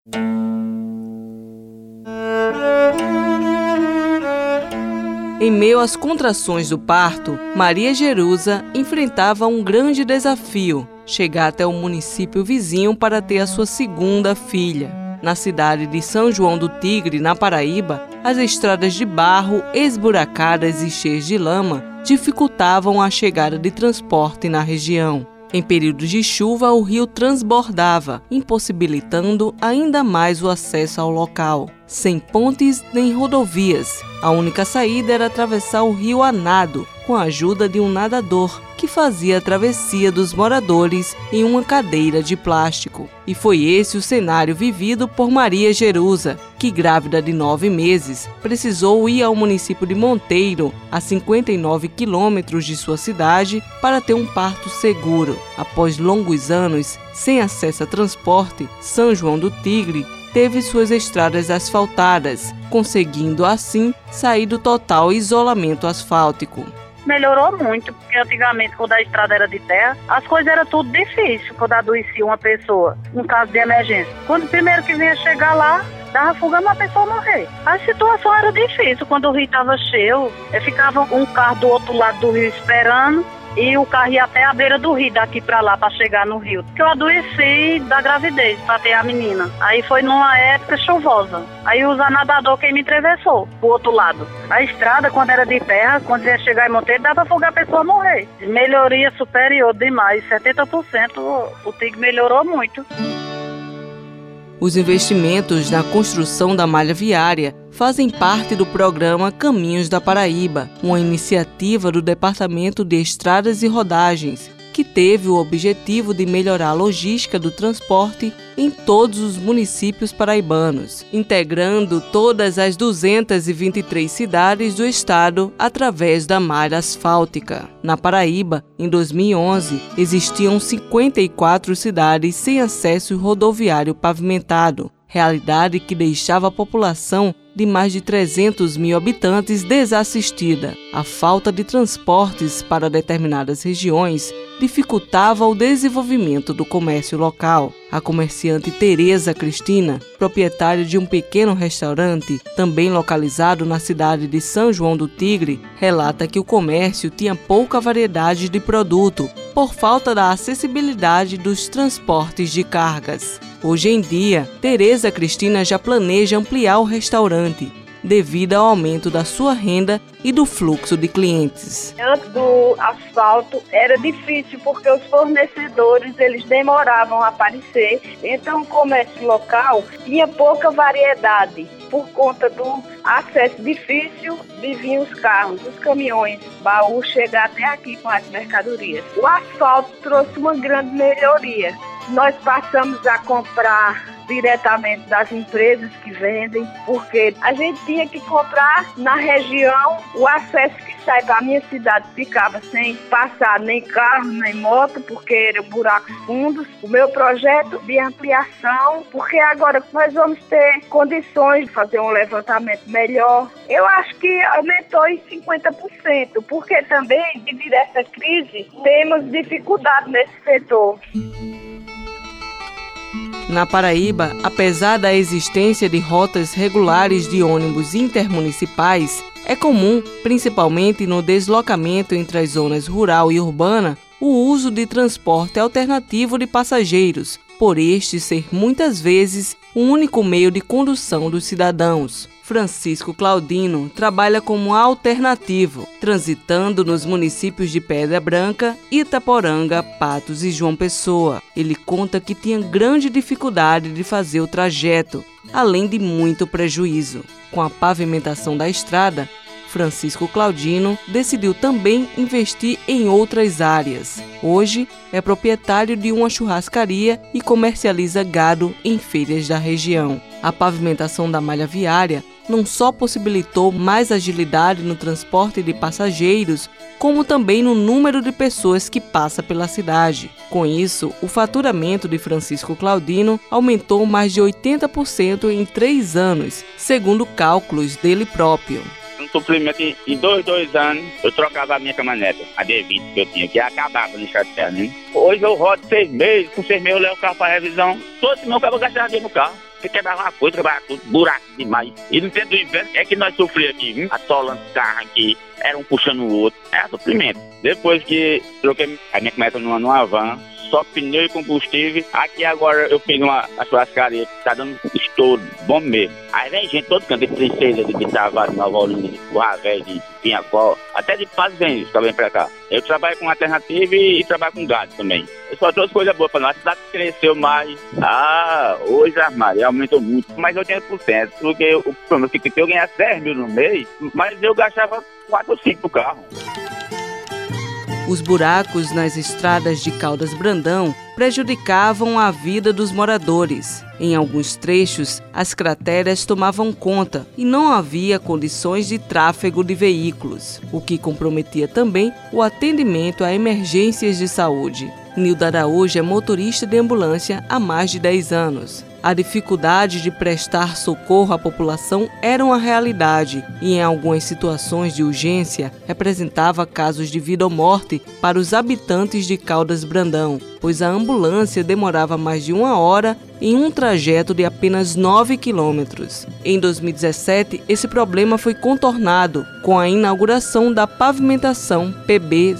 Em meio às contrações do parto, Maria Jerusa enfrentava um grande desafio: chegar até o município vizinho para ter a sua segunda filha. Na cidade de São João do Tigre, na Paraíba, as estradas de barro, esburacadas e cheias de lama dificultavam a chegada de transporte na região. Em períodos de chuva, o rio transbordava, impossibilitando ainda mais o acesso ao local. Sem pontes nem rodovias, a única saída era atravessar o rio a nado, com a ajuda de um nadador, que fazia a travessia dos moradores em uma cadeira de plástico. E foi esse o cenário vivido por Maria Jerusa, que, grávida de 9 meses, precisou ir ao município de Monteiro, a 59 quilômetros de sua cidade, para ter um parto seguro. Após longos anos sem acesso a transporte, São João do Tigre teve suas estradas asfaltadas, conseguindo assim sair do total isolamento asfáltico. Melhorou muito, porque antigamente, quando a estrada era de terra, as coisas eram tudo difícil quando adoecia uma pessoa, um caso de emergência. Quando o primeiro que vinha chegar lá, dava fuga uma pessoa morrer. A situação era difícil, quando o rio estava cheio, ficava um carro do outro lado do rio esperando, e o carro ia até a beira do rio, daqui pra lá, pra chegar no rio. Porque eu adoeci da gravidez, pra ter a menina. Aí foi numa época chuvosa. Aí o nadador quem me atravessou, pro outro lado. A estrada, quando era de terra, quando ia chegar em Monteiro, dava pra a pessoa morrer. Melhoria superior demais, 70%, o Tigre melhorou muito. Os investimentos na construção da malha viária fazem parte do programa Caminhos da Paraíba, uma iniciativa do Departamento de Estradas e Rodagens, que teve o objetivo de melhorar a logística do transporte em todos os municípios paraibanos, integrando todas as 223 cidades do estado através da malha asfáltica. Na Paraíba, em 2011, existiam 54 cidades sem acesso rodoviário pavimentado, realidade que deixava a população de mais de 300 mil habitantes desassistida. A falta de transportes para determinadas regiões dificultava o desenvolvimento do comércio local. A comerciante Tereza Cristina, proprietária de um pequeno restaurante, também localizado na cidade de São João do Tigre, relata que o comércio tinha pouca variedade de produto por falta da acessibilidade dos transportes de cargas. Hoje em dia, Tereza Cristina já planeja ampliar o restaurante, devido ao aumento da sua renda e do fluxo de clientes. Antes do asfalto era difícil porque os fornecedores eles demoravam a aparecer, então o comércio local tinha pouca variedade. Por conta do acesso difícil de vir os carros, os caminhões, baú chegar até aqui com as mercadorias. O asfalto trouxe uma grande melhoria. Nós passamos a comprar diretamente das empresas que vendem, porque a gente tinha que comprar na região. O acesso que sai para a minha cidade ficava sem passar nem carro, nem moto, porque eram buracos fundos. O meu projeto de ampliação, porque agora nós vamos ter condições de fazer um levantamento melhor. Eu acho que aumentou em 50%, porque também, devido a essa crise, temos dificuldade nesse setor. Na Paraíba, apesar da existência de rotas regulares de ônibus intermunicipais, é comum, principalmente no deslocamento entre as zonas rural e urbana, o uso de transporte alternativo de passageiros, por este ser muitas vezes o único meio de condução dos cidadãos. Francisco Claudino trabalha como alternativo, transitando nos municípios de Pedra Branca, Itaporanga, Patos e João Pessoa. Ele conta que tinha grande dificuldade de fazer o trajeto, além de muito prejuízo. Com a pavimentação da estrada, Francisco Claudino decidiu também investir em outras áreas. Hoje é proprietário de uma churrascaria e comercializa gado em feiras da região. A pavimentação da malha viária não só possibilitou mais agilidade no transporte de passageiros, como também no número de pessoas que passa pela cidade. Com isso, o faturamento de Francisco Claudino aumentou mais de 80% em 3 anos, segundo cálculos dele próprio. Um suplemento em 2 anos, eu trocava a minha caminhonete, a D20 que eu tinha, que acabava no chão de terra, né? Hoje eu rodo 6 meses, com 6 meses eu levo o carro para revisão. Todo meu carro eu gastava dinheiro no carro. Você quebrava uma coisa, quebrava tudo, buraco demais. E no tempo do inverno é que nós sofríamos aqui, atolando o carro aqui, era um puxando o outro, era sofrimento. Depois que troquei a minha cometa numa van, só pneu e combustível. Aqui agora eu fiz uma churrascaria que tá dando estouro, bom mesmo. Aí vem gente todo canto, de Princesa, de Tavares, Nova Olinda, de Ravel, de Pinhacó, até de Paz vem isso, tá bem pra cá. Eu trabalho com alternativa e trabalho com gado também. Eu só trouxe coisa boa pra nós, a cidade cresceu mais. Hoje a Maria aumentou muito, mais 80%, porque o problema é que eu ganhasse 10 mil no mês, mas eu gastava 4 ou 5 no carro. Os buracos nas estradas de Caldas Brandão prejudicavam a vida dos moradores. Em alguns trechos, as crateras tomavam conta e não havia condições de tráfego de veículos, o que comprometia também o atendimento a emergências de saúde. Nilda Araújo é motorista de ambulância há mais de 10 anos. A dificuldade de prestar socorro à população era uma realidade e, em algumas situações de urgência, representava casos de vida ou morte para os habitantes de Caldas Brandão, pois a ambulância demorava mais de 1 hora em um trajeto de apenas 9 quilômetros. Em 2017, esse problema foi contornado com a inauguração da pavimentação PB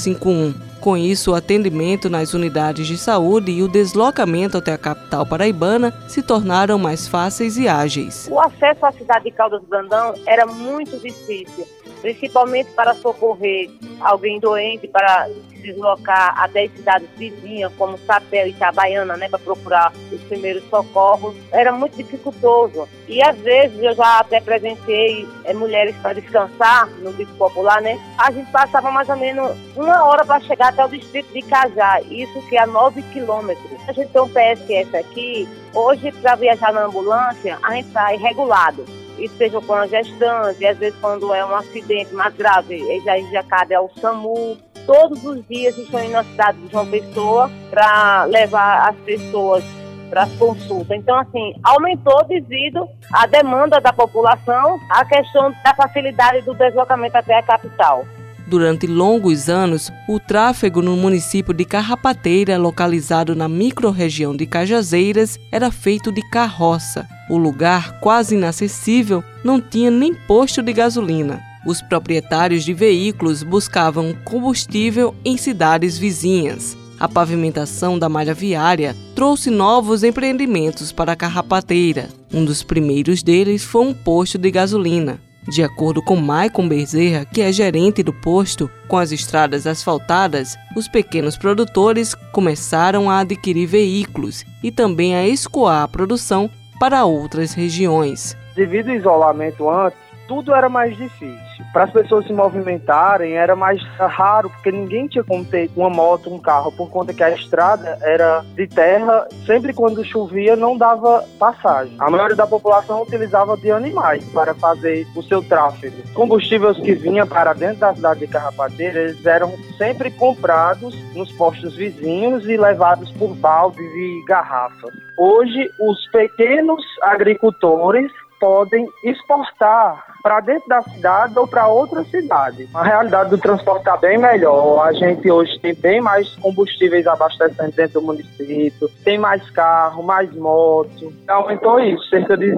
051. Com isso, o atendimento nas unidades de saúde e o deslocamento até a capital paraibana se tornaram mais fáceis e ágeis. O acesso à cidade de Caldas Brandão era muito difícil, principalmente para socorrer alguém doente, para se deslocar até as cidades vizinhas, como Sapé e Itabaiana, para procurar os primeiros socorros. Era muito dificultoso. E às vezes eu já até presenciei mulheres para descansar, no dito popular, A gente passava mais ou menos 1 hora para chegar até o distrito de Cajá, isso que é a 9 quilômetros. A gente tem um PSF aqui, hoje para viajar na ambulância, a gente sai regulado. Isso seja com a gestante, às vezes quando é um acidente mais grave, já cabe ao SAMU. Todos os dias estão indo na cidade de João Pessoa para levar as pessoas para as consultas. Então, assim, aumentou devido à demanda da população, a questão da facilidade do deslocamento até a capital. Durante longos anos, o tráfego no município de Carrapateira, localizado na microrregião de Cajazeiras, era feito de carroça. O lugar, quase inacessível, não tinha nem posto de gasolina. Os proprietários de veículos buscavam combustível em cidades vizinhas. A pavimentação da malha viária trouxe novos empreendimentos para a Carrapateira. Um dos primeiros deles foi um posto de gasolina. De acordo com Maicon Bezerra, que é gerente do posto, com as estradas asfaltadas, os pequenos produtores começaram a adquirir veículos e também a escoar a produção para outras regiões. Devido ao isolamento antes, tudo era mais difícil. Para as pessoas se movimentarem era mais raro, porque ninguém tinha como ter uma moto, um carro, por conta que a estrada era de terra, sempre quando chovia não dava passagem. A maioria da população utilizava de animais para fazer o seu tráfego. Combustíveis que vinham para dentro da cidade de Carrapateira, eles eram sempre comprados nos postos vizinhos e levados por baldes e garrafas. Hoje, os pequenos agricultores podem exportar para dentro da cidade ou para outra cidade. A realidade do transporte está bem melhor. A gente hoje tem bem mais combustíveis abastecendo dentro do município, tem mais carro, mais moto. Aumentou isso, cerca de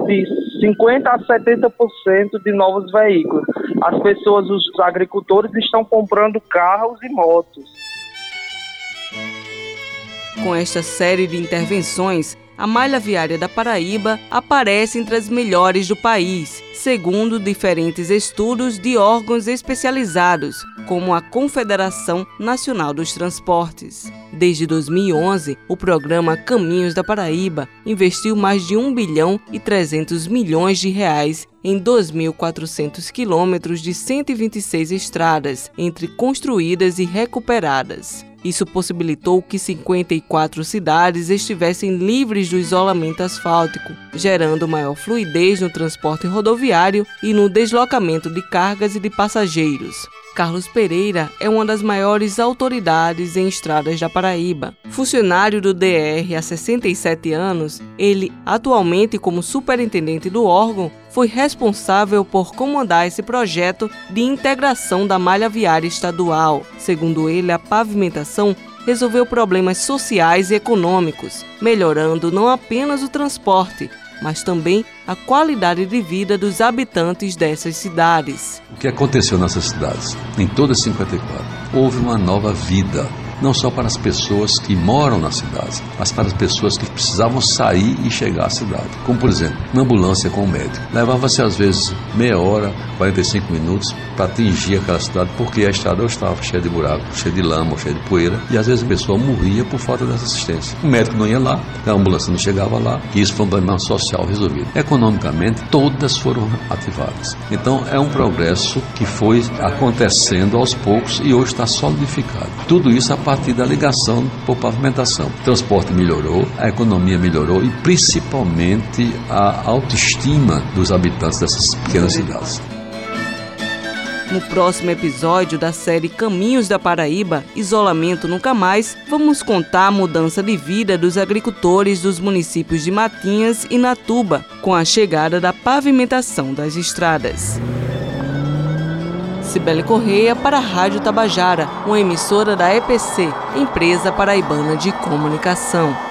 50% a 70% de novos veículos. As pessoas, os agricultores estão comprando carros e motos. Com esta série de intervenções, a malha viária da Paraíba aparece entre as melhores do país, segundo diferentes estudos de órgãos especializados, como a Confederação Nacional dos Transportes. Desde 2011, o programa Caminhos da Paraíba investiu mais de 1 bilhão e 300 milhões de reais em 2.400 quilômetros de 126 estradas, entre construídas e recuperadas. Isso possibilitou que 54 cidades estivessem livres do isolamento asfáltico, gerando maior fluidez no transporte rodoviário e no deslocamento de cargas e de passageiros. Carlos Pereira é uma das maiores autoridades em estradas da Paraíba. Funcionário do DR há 67 anos, ele, atualmente como superintendente do órgão, foi responsável por comandar esse projeto de integração da malha viária estadual. Segundo ele, a pavimentação resolveu problemas sociais e econômicos, melhorando não apenas o transporte, mas também a qualidade de vida dos habitantes dessas cidades. O que aconteceu nessas cidades? Em todas as 54, houve uma nova vida. Não só para as pessoas que moram nas cidades, mas para as pessoas que precisavam sair e chegar à cidade. Como, por exemplo, uma ambulância com o médico. Levava-se, às vezes, meia hora, 45 minutos para atingir aquela cidade, porque a estrada estava cheia de buraco, cheia de lama, cheia de poeira, e às vezes a pessoa morria por falta dessa assistência. O médico não ia lá, a ambulância não chegava lá, e isso foi um problema social resolvido. Economicamente, todas foram ativadas. Então, é um progresso que foi acontecendo aos poucos e hoje está solidificado. Tudo isso a partir da ligação por pavimentação. O transporte melhorou, a economia melhorou e principalmente a autoestima dos habitantes dessas pequenas cidades. No próximo episódio da série Caminhos da Paraíba, Isolamento Nunca Mais, vamos contar a mudança de vida dos agricultores dos municípios de Matinhas e Natuba, com a chegada da pavimentação das estradas. Cibele Correia para a Rádio Tabajara, uma emissora da EPC, Empresa Paraibana de Comunicação.